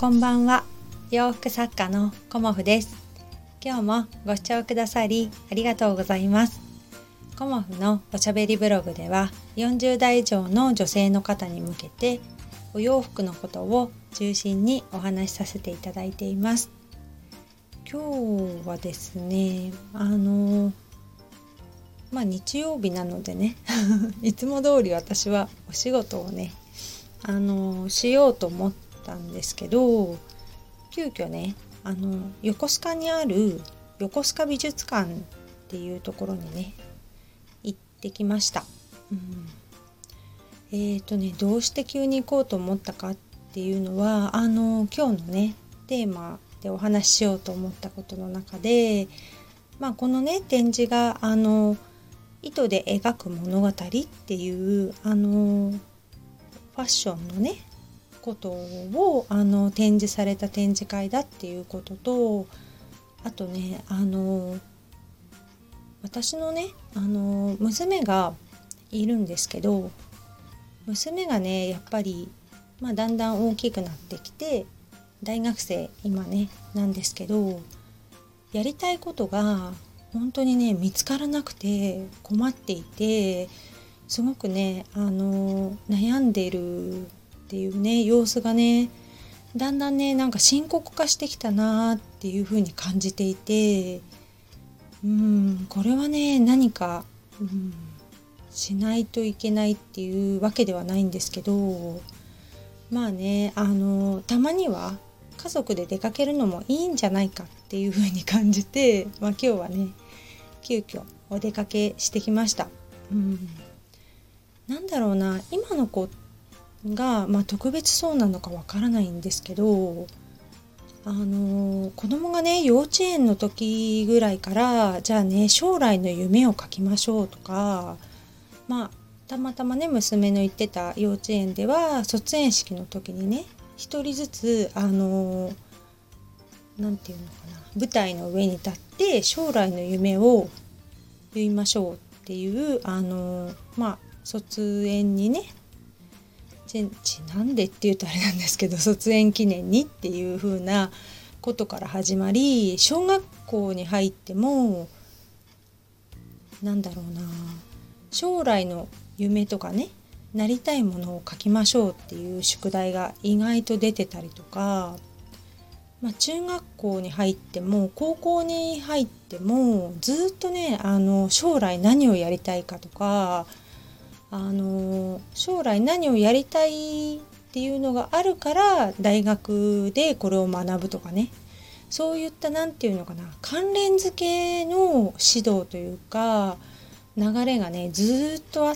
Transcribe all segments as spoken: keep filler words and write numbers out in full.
こんばんは。洋服作家のコモフです。今日もご視聴くださりありがとうございます。コモフのおしゃべりブログではよんじゅう代以上の女性の方に向けてお洋服のことを中心にお話しさせていただいています。今日はですね、あのまあ日曜日なのでねいつも通り私はお仕事をねあのしようと思ったんですけど、急遽ねあの横須賀にある横須賀美術館っていうところにね行ってきました。うん、えーとねどうして急に行こうと思ったかっていうのは、あの今日のねテーマでお話ししようと思ったことの中で、まあこのね展示があの糸で描く物語っていうあのファッションのねことをあの展示された展示会だっていうことと、あとねあの私のねあの娘がいるんですけど、娘がねやっぱり、まあ、だんだん大きくなってきて大学生今ねなんですけど、やりたいことが本当にね見つからなくて困っていて、すごくねあの悩んでいるっていうね様子がねだんだんねなんか深刻化してきたなっていう風に感じていて、うんこれはね何か、うん、しないといけないっていうわけではないんですけど、まあねあのたまには家族で出かけるのもいいんじゃないかっていう風に感じて、まあ、今日はね急遽お出かけしてきました。うんなんだろうな、今の子が、まあ、特別そうなのかわからないんですけど、あの子供がね幼稚園の時ぐらいからじゃあね将来の夢を書きましょうとか、まあたまたまね娘の行ってた幼稚園では卒園式の時にね一人ずつあのなんていうのかな舞台の上に立って将来の夢を言いましょうっていうあのまあ卒園にねちなんでって言うとあれなんですけど、卒園記念にっていう風なことから始まり、小学校に入ってもなんだろうな将来の夢とかねなりたいものを書きましょうっていう宿題が意外と出てたりとか、まあ、中学校に入っても高校に入ってもずっとねあの将来何をやりたいかとか、あの将来何をやりたいっていうのがあるから大学でこれを学ぶとかね、そういったなんていうのかな関連付けの指導というか流れがねずっとあって、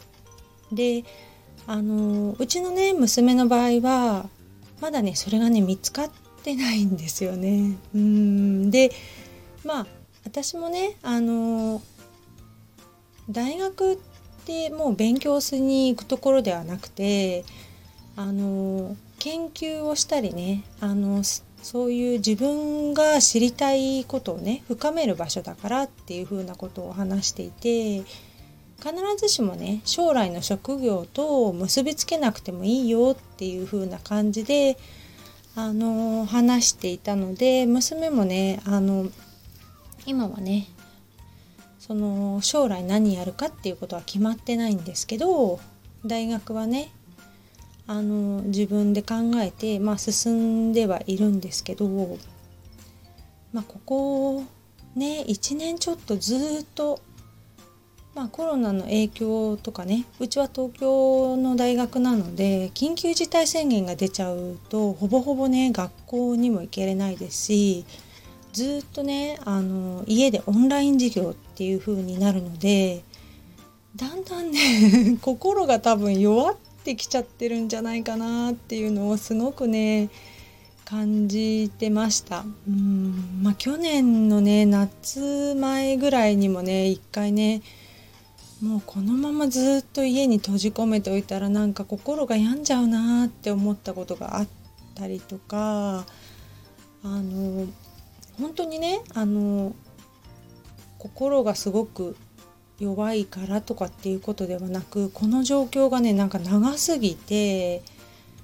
であのうちのね娘の場合はまだねそれがね見つかってないんですよね。うんでまあ私もねあの大学でもう勉強しに行くところではなくて、あの研究をしたりねあのそういう自分が知りたいことをね深める場所だからっていうふうなことを話していて、必ずしもね将来の職業と結びつけなくてもいいよっていうふうな感じであの話していたので、娘もねあの今はねその将来何やるかっていうことは決まってないんですけど、大学はねあの自分で考えて、まあ、進んではいるんですけど、まあ、ここねいちねんちょっとずっと、まあ、コロナの影響とかね、うちは東京の大学なので緊急事態宣言が出ちゃうとほぼほぼね学校にも行けれないですし、ずっとねあの家でオンライン授業っていう風になるので、だんだんね心が多分弱ってきちゃってるんじゃないかなっていうのをすごくね感じてました。うんまあ去年のね夏前ぐらいにもね一回ねもうこのままずっと家に閉じ込めておいたらなんか心が病んじゃうなって思ったことがあったりとか、あの本当にねあの心がすごく弱いからとかっていうことではなく、この状況がねなんか長すぎて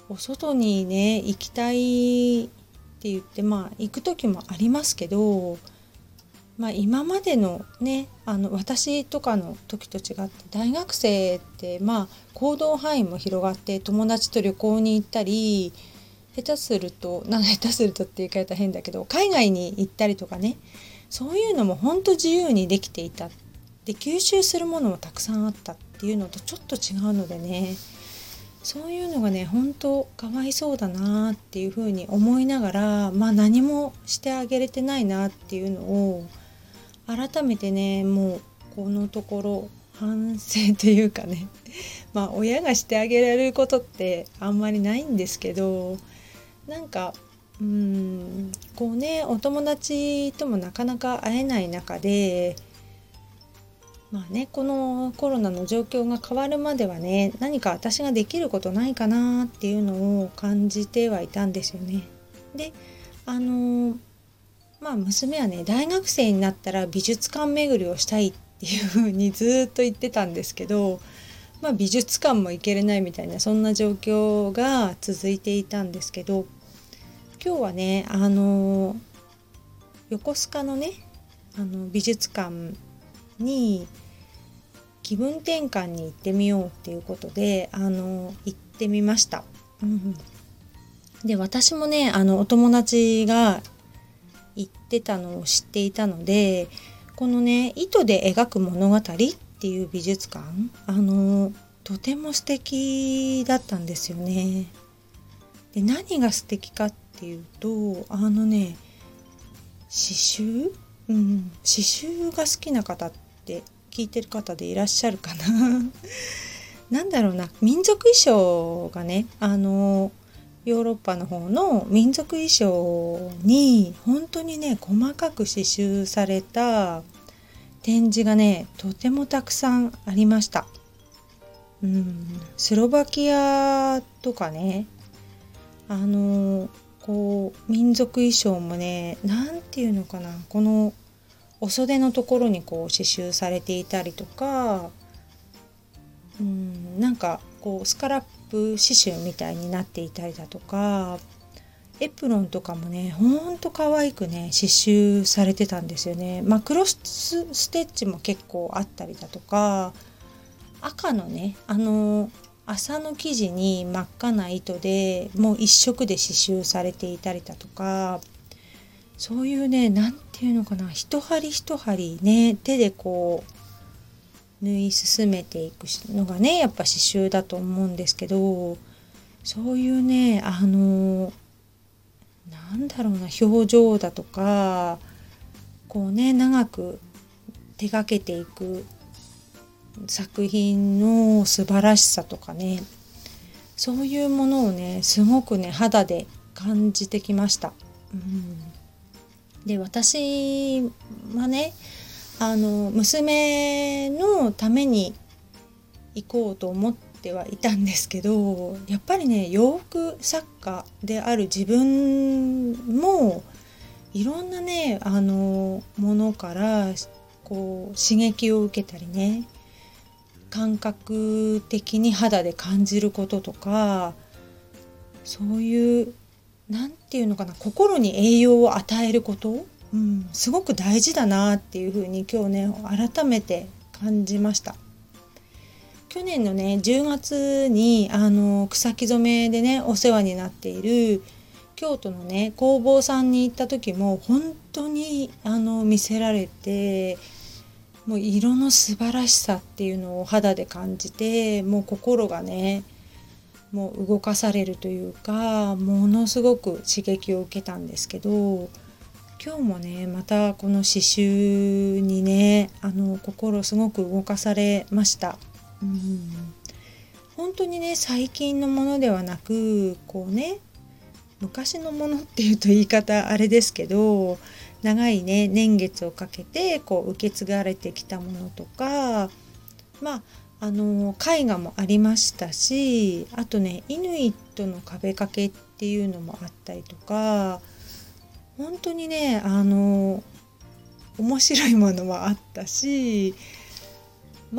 お外にね行きたいって言ってまあ行く時もありますけど、まあ今までのねあの私とかの時と違って大学生ってまあ行動範囲も広がって友達と旅行に行ったり、下手するとな下手するとっていう言い方変だけど海外に行ったりとかね、そういうのも本当自由にできていた。で吸収するものもたくさんあったっていうのとちょっと違うのでね、そういうのがね本当かわいそうだなっていうふうに思いながら、まあ何もしてあげれてないなっていうのを改めてねもうこのところ反省というかねまあ親がしてあげられることってあんまりないんですけど、なんかうーんこうねお友達ともなかなか会えない中で、まあねこのコロナの状況が変わるまではね何か私ができることないかなっていうのを感じてはいたんですよね。であのまあ娘はね大学生になったら美術館巡りをしたいっていうふうにずっと言ってたんですけど、まあ美術館も行けれないみたいなそんな状況が続いていたんですけど、今日はねあの横須賀のねあの美術館に気分転換に行ってみようっていうことであの行ってみました。うん、で私もねあのお友達が行ってたのを知っていたので、このね糸で描く物語っていう美術館あのとても素敵だったんですよね。で何が素敵かっていうとあのね刺繍、うん、刺繍が好きな方って聞いてる方でいらっしゃるかななんだろうな、民族衣装がねあのヨーロッパの方の民族衣装に本当にね細かく刺繍された展示がねとてもたくさんありました。うん、スロバキアとかねあのこう民族衣装もねなんていうのかな、このお袖のところにこう刺繍されていたりとか、うん、なんかこうスカラップ刺繍みたいになっていたりだとか、エプロンとかもねほんと可愛くね刺繍されてたんですよね。まあクロスステッチも結構あったりだとか、赤のねあの麻の生地に真っ赤な糸でもう一色で刺繍されていたりだとか、そういうねなんていうのかな、一針一針ね手でこう縫い進めていくのがねやっぱ刺繍だと思うんですけど、そういうねあのなんだろうな表情だとかこうね長く手がけていく作品の素晴らしさとかね、そういうものをねすごくね肌で感じてきました。うん、で私はねあの娘のために行こうと思ってはいたんですけど、やっぱりね洋服作家である自分もいろんなねあのものからこう刺激を受けたりね、感覚的に肌で感じることとか、そういうなんていうのかな心に栄養を与えること、うん、すごく大事だなっていうふうに今日ね改めて感じました。去年のねじゅうがつにあの草木染めでねお世話になっている京都のね工房さんに行った時も本当にあの見せられて、もう色の素晴らしさっていうのを肌で感じて、もう心がねもう動かされるというかものすごく刺激を受けたんですけど、今日もねまたこの刺繍にねあの心すごく動かされました。うん、本当にね最近のものではなくこうね昔のものっていうと言い方あれですけど、長いね年月をかけてこう受け継がれてきたものとか、まああの絵画もありましたし、あとねイヌイットの壁掛けっていうのもあったりとか、本当にねあの面白いものもあったし、まあ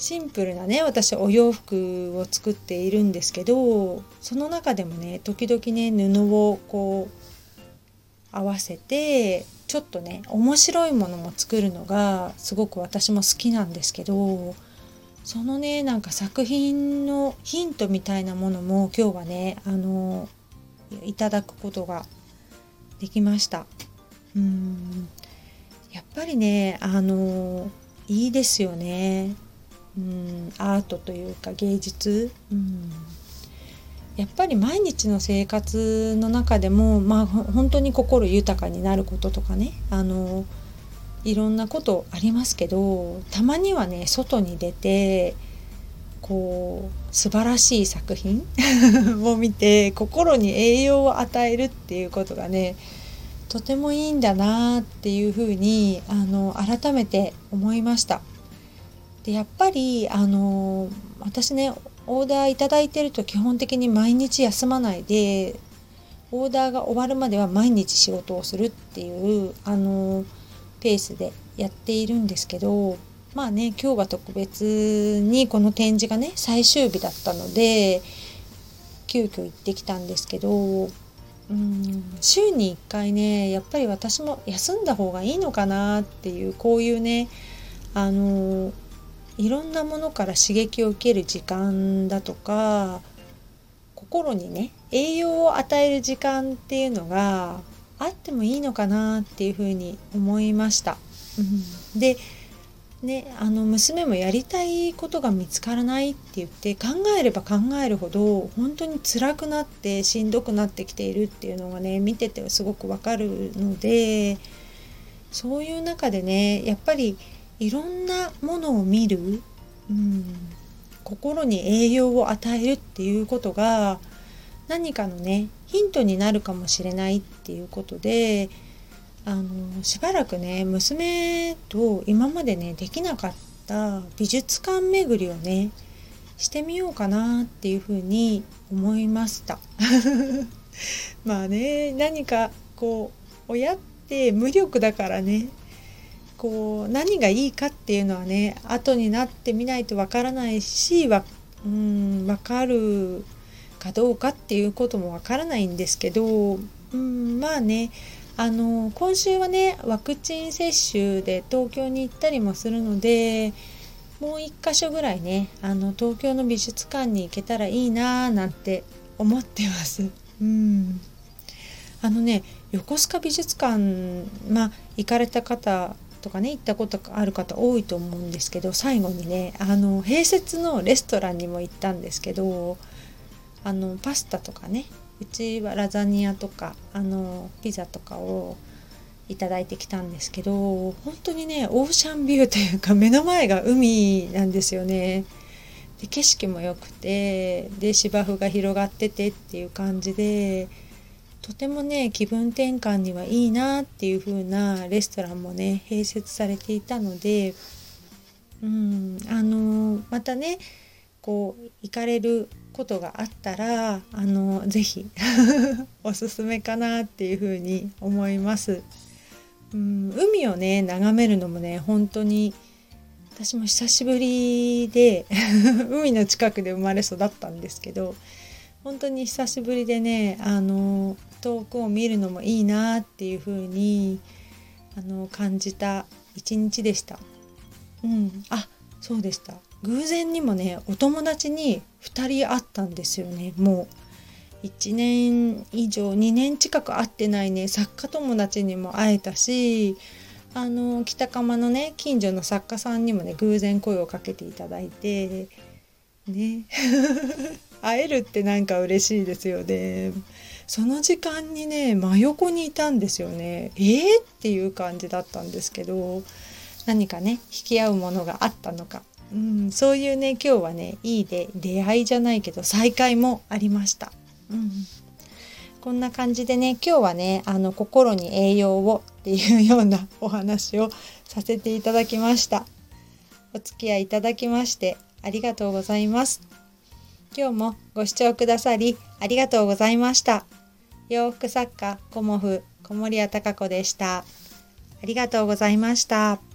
シンプルなね私お洋服を作っているんですけど、その中でもね時々ね布をこう合わせてちょっとね面白いものも作るのがすごく私も好きなんですけど、そのねなんか作品のヒントみたいなものも今日はねあのいただくことができました。うーんやっぱりねあのいいですよね。うんアートというか芸術、うんやっぱり毎日の生活の中でもまあ本当に心豊かになることとかね、あのいろんなことありますけど、たまにはね外に出てこう素晴らしい作品を見て心に栄養を与えるっていうことがねとてもいいんだなっていうふうにあの改めて思いました。でやっぱりあの私ねオーダーいただいてると基本的に毎日休まないでオーダーが終わるまでは毎日仕事をするっていうあのペースでやっているんですけど、まあね今日は特別にこの展示がね最終日だったので急遽行ってきたんですけど、うん週にいっかいねやっぱり私も休んだ方がいいのかなっていう、こういうねあのいろんなものから刺激を受ける時間だとか心にね栄養を与える時間っていうのがあってもいいのかなっていうふうに思いました。うん、でねあの娘もやりたいことが見つからないって言って考えれば考えるほど本当に辛くなってしんどくなってきているっていうのがね見ててすごくわかるので、そういう中でねやっぱりいろんなものを見る、うん、心に栄養を与えるっていうことが何かのねヒントになるかもしれないっていうことで、あのしばらくね娘と今までねできなかった美術館巡りをねしてみようかなっていうふうに思いましたまあね何かこう親って無力だからねこう何がいいかっていうのはね後になってみないとわからないし、わうん分かるかどうかっていうこともわからないんですけど、うんまあねあの今週はねワクチン接種で東京に行ったりもするので、もう一箇所ぐらいねあの東京の美術館に行けたらいいなーなんて思ってます。うんあのね横須賀美術館、まあ行かれた方とかね行ったことがある方多いと思うんですけど、最後にねあの併設のレストランにも行ったんですけど、あのパスタとかねうちはラザニアとかあのピザとかをいただいてきたんですけど、本当にねオーシャンビューというか目の前が海なんですよね。で景色も良くてで芝生が広がっててっていう感じでとてもね気分転換にはいいなっていう風なレストランもね併設されていたので、うんあのまたねこう行かれることがあったらあのぜひおすすめかなっていう風に思います。うん海をね眺めるのもね本当に私も久しぶりで海の近くで生まれ育ったんですけど、本当に久しぶりでねあの遠くを見るのもいいなっていう風にあの感じた一日でした。うん、あそうでした。偶然にもねお友達にふたり会ったんですよね。もういちねん以上にねん近く会ってないね作家友達にも会えたし、あの北鎌のね近所の作家さんにもね偶然声をかけていただいてね会えるってなんか嬉しいですよね。その時間にね真横にいたんですよね。えー、っていう感じだったんですけど、何かね引き合うものがあったのか、うん、そういうね今日はねいいで出会いじゃないけど再会もありました。うん、こんな感じでね今日はねあの心に栄養をっていうようなお話をさせていただきました。お付き合いいただきましてありがとうございます。今日もご視聴くださりありがとうございました。洋服作家コモフ小森屋隆子でした。ありがとうございました。